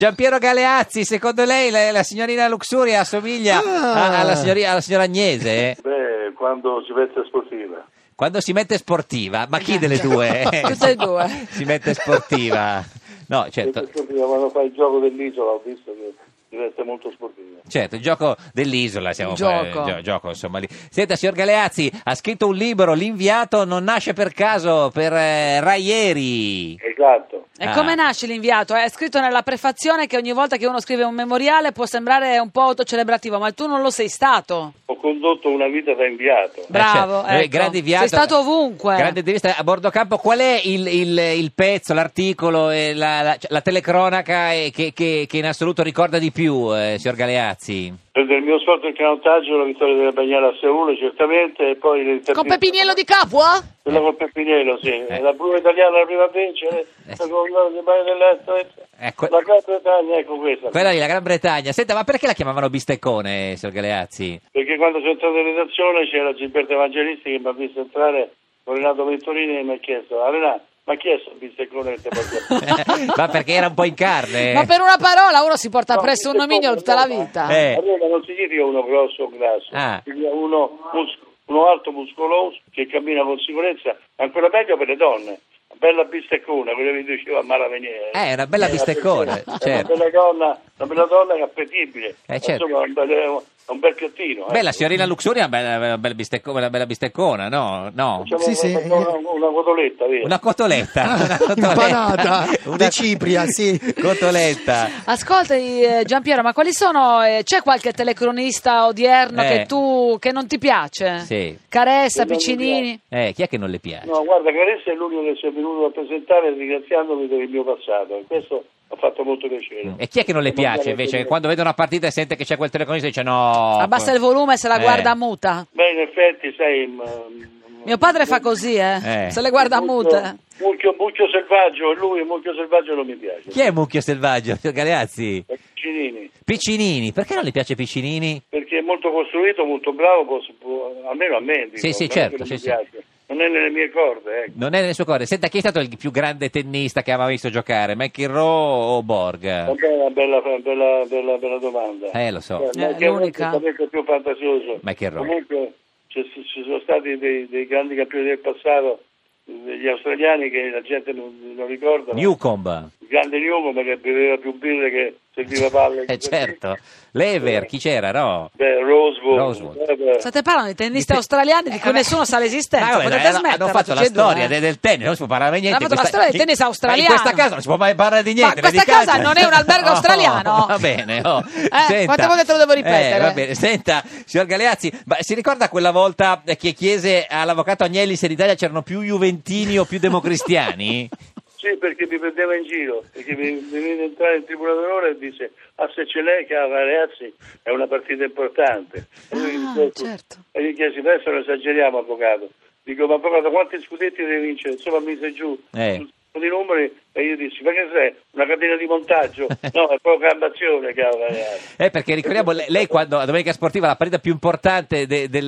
Giampiero Galeazzi, secondo lei la signorina Luxuria assomiglia alla signora Agnese? Beh, quando si mette sportiva. Quando si mette sportiva? Ma chi delle due? Tutte e due. Si mette sportiva? No, certo. Quando fa il gioco dell'isola ho visto che diventa molto sportiva. Certo, il gioco dell'isola, Gioco, insomma lì. Senta, signor Galeazzi, ha scritto un libro, L'inviato non nasce per caso, per Raieri. Esatto. E come nasce l'inviato? È scritto nella prefazione che ogni volta che uno scrive un memoriale può sembrare un po' autocelebrativo, ma tu non lo sei stato. Ho condotto una vita da inviato. Bravo, Certo. Grande inviato, sei stato ovunque. Grande intervista a bordo campo. Qual è il pezzo, l'articolo, la telecronaca che in assoluto ricorda di più, signor Galeazzi? Del mio sport del canottaggio, la vittoria della Bagnara a Seul, certamente, e poi Con Pepiniello di Capua? quella con Pepiniello, sì. La blu italiana la prima a vincere, con il Baio dell'Est, la Gran Bretagna, ecco questa. Quella lì, la Gran Bretagna. Senta, ma perché la chiamavano bisteccone, signor Galeazzi? Perché quando sono entrato in redazione c'era Gilberto Evangelisti che mi ha visto entrare con Renato Venturini e mi ha chiesto: Renato, ma chi è sto bisteccone che ti porta? Ma perché era un po' in carne? Ma per una parola uno si porta appresso un nomignolo tutta la vita. Allora non significa uno grosso o grasso, significa uno alto muscoloso che cammina con sicurezza, ancora meglio per le donne. Bella bisteccona, quello che diceva a Maraveniere. È una bella bisteccona, certo. Una bella donna che è appetibile, certo. Insomma un bel piattino. Beh, la signorina Luxuria è una bella bisteccona, no? Sì. Una cotoletta, via. Una cotoletta. Impanata, di Cipria, sì. Cotoletta. Ascoltami Giampiero, ma quali sono, c'è qualche telecronista odierno che non ti piace? Sì. Caressa, Piccinini? Chi è che non le piace? No, guarda, Caressa è l'unico che si è venuto a presentare ringraziandomi per il mio passato, e questo ha fatto molto piacere. E chi è che non le piace invece? Che quando vede una partita e sente che c'è quel telecronista dice no. Abbassa il volume e se la guarda muta. Beh, in effetti, sai... Mio padre fa così, se le guarda mute. Mucchio selvaggio, lui il mucchio selvaggio non mi piace. Chi è Mucchio Selvaggio, Galeazzi? Piccinini. Perché non le piace Piccinini? Perché è molto costruito, molto bravo, almeno a me. Dico, sì, certo. Sì. Non è nelle mie corde, ecco. Non è nelle sue corde. Senta, chi è stato il più grande tennista che ha mai visto giocare? McEnroe o Borg? Una bella domanda. Lo so. È l'unica. È più fantasioso. McEnroe. Comunque ci sono stati dei grandi campioni del passato, degli australiani che la gente non ricorda. Newcomb. Il grande Newcomb che beveva più birre che serviva palle. Certo. Lever, chi c'era, no? Rosewood. State parlando di tennisti australiani di cui nessuno sa l'esistenza. Potete smettere? Hanno fatto la storia del tennis, non si può parlare di niente. Hanno fatto la storia del tennis australiano. In questa casa non si può mai parlare di niente. Ma questa casa non è un albergo australiano. Va bene. Quante volte te lo devo ripetere? Va bene. Senta, signor Galeazzi, si ricorda quella volta che chiese all'avvocato Agnelli se in Italia c'erano più juventini o più democristiani? Sì, perché mi prendeva in giro, perché mi venne entrare in tribunale d'onore e dice: se ce n'è, ragazzi, è una partita importante. Certo. E gli chiesi: adesso non esageriamo, avvocato. Dico: ma avvocato, quanti scudetti deve vincere? Insomma, mi mise giù di numeri e io dissi: ma che sei? Una catena di montaggio? No, è programmazione, ragazzi. Perché ricordiamo, lei quando a Domenica Sportiva, la partita più importante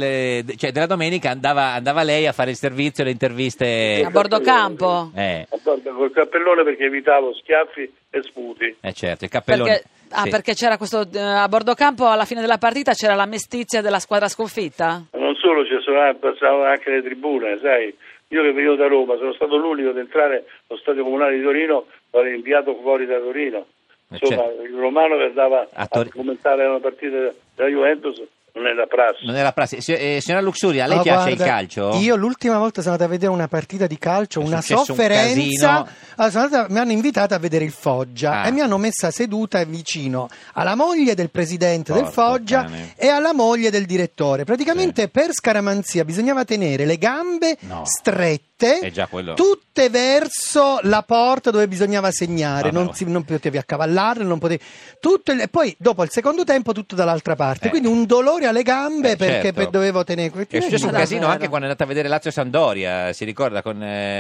della domenica, andava lei a fare il servizio, le interviste a bordo campo. Col cappellone, perché evitavo schiaffi e sputi. Certo, il cappellone. Perché c'era questo a bordo campo, alla fine della partita c'era la mestizia della squadra sconfitta? Non solo, passavano anche le tribune, sai. Io che venivo da Roma sono stato l'unico ad entrare allo stadio comunale di Torino, ero inviato fuori da Torino. Insomma, il romano che andava a commentare una partita della Juventus non è la prassi. Signora Luxuria, a lei piace il calcio? Io l'ultima volta sono andato a vedere una partita di calcio, una sofferenza. Mi hanno invitato a vedere il Foggia e mi hanno messa seduta vicino alla moglie del presidente del Foggia e alla moglie del direttore. Praticamente per scaramanzia bisognava tenere le gambe strette, tutte verso la porta dove bisognava segnare. Non potevi accavallare, non potevi. E poi dopo il secondo tempo tutto dall'altra parte. Quindi un dolore alle gambe perché dovevo tenere. È successo un casino anche quando è andata a vedere Lazio Sampdoria, si ricorda con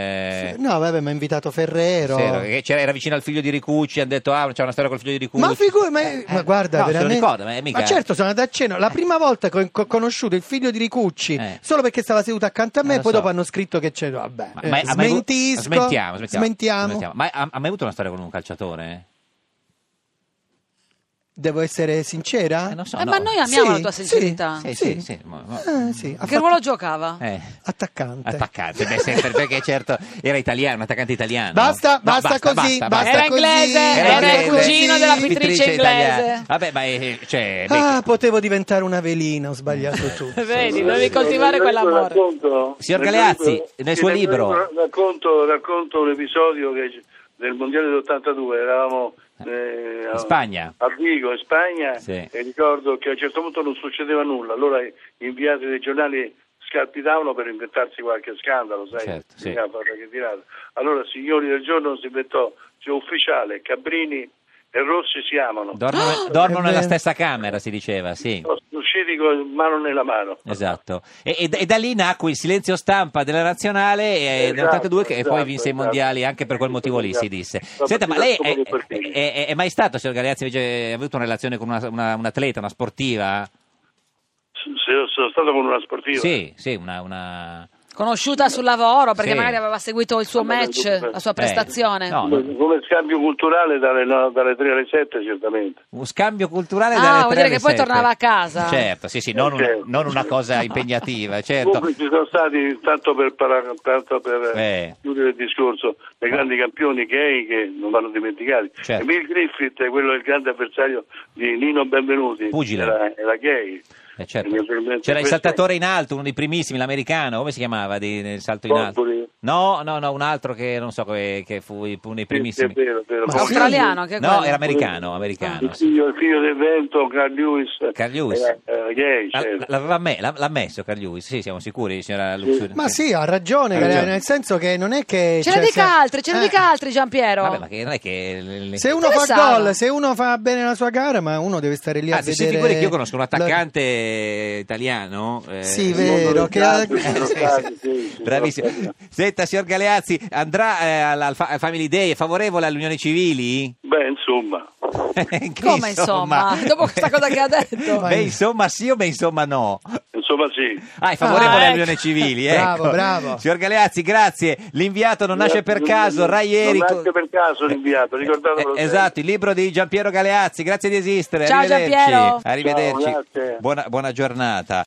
no, vabbè, mi ha invitato Ferrero. Che era vicino al figlio di Ricucci, hanno detto c'è una storia col figlio di Ricucci. Ma guarda, veramente. Ma certo, sono andato a cena la prima volta che ho conosciuto il figlio di Ricucci solo perché stava seduto accanto a me, poi dopo hanno scritto che c'è. Smentisco. Smentiamo. Ma ha mai avuto una storia con un calciatore? Devo essere sincera? Non so, Ma noi amiamo la tua sincerità. Sì. Che ruolo giocava? Attaccante. Beh, sempre, perché certo era italiano, un attaccante italiano. Basta così. Era inglese, era il cugino della pittrice inglese. Vabbè, ma potevo diventare una velina, ho sbagliato tutto. Vedi, dovevi coltivare quell'amore. Signor Galeazzi, nel suo libro racconto un episodio del mondiale dell'82, eravamo in Spagna, a Vigo, in Spagna, sì. E ricordo che a un certo punto non succedeva nulla, allora gli inviati dei giornali scalpitavano per inventarsi qualche scandalo, sai? Certo, sì. Allora, signori del giorno, si inventò ufficiale, Cabrini e Rossi si amano. Dormono nella stessa camera, si diceva, sì. Sono usciti con mano nella mano. Esatto. E da lì nacque il silenzio stampa della nazionale nell'82 e poi vinse i mondiali anche per quel motivo lì, si disse. Senta, ma lei è mai stato, signor Galeazzi, invece, ha avuto una relazione con un atleta, una sportiva? Sono stato con una sportiva. Sì, una... Conosciuta sul lavoro, perché sì. magari aveva seguito il suo match, la sua prestazione. Come scambio culturale dalle 3 alle 7, certamente. Un scambio culturale dalle 3 alle 7. Vuol dire che poi tornava a casa. Certo, sì, non una cosa impegnativa, certo. Comunque ci sono stati, tanto per chiudere il discorso, dei grandi campioni gay che non vanno dimenticati. Certo. Emil Griffith è quello del grande avversario di Nino Benvenuti. Pugile. Era gay. Certo. C'era il saltatore in alto, uno dei primissimi, l'americano, come si chiamava nel salto in alto? No, un altro che non so che fu uno dei primissimi. Sì, è vero. Australiano? Che no, era americano. Il figlio del vento, Carl Lewis. Era gay, certo. L'ha messo Carl Lewis, sì, siamo sicuri, signora Luxury? Ma sì, ha ragione, nel senso che non è che... Ce ne dica altri, Giampiero. Vabbè, ma che non è che... Se uno fa gol, se uno fa bene la sua gara, ma uno deve stare lì a vedere... Si figuri che io conosco un attaccante italiano, sì, vero, che bravissimo. Senta, signor Galeazzi, andrà al Family Day, è favorevole alle unioni civili? Beh, insomma. Come insomma? Dopo questa cosa che ha detto? Beh, insomma sì o beh, insomma no? Insomma sì. È favorevole alle unioni civili, ecco. Bravo. Signor Galeazzi, grazie. L'inviato non nasce per caso, Raieri. Non nasce per caso l'inviato, ricordatelo. Esatto, il libro di Giampiero Galeazzi, grazie di esistere. Ciao Arrivederci. Giampiero. Arrivederci. Ciao, buona giornata.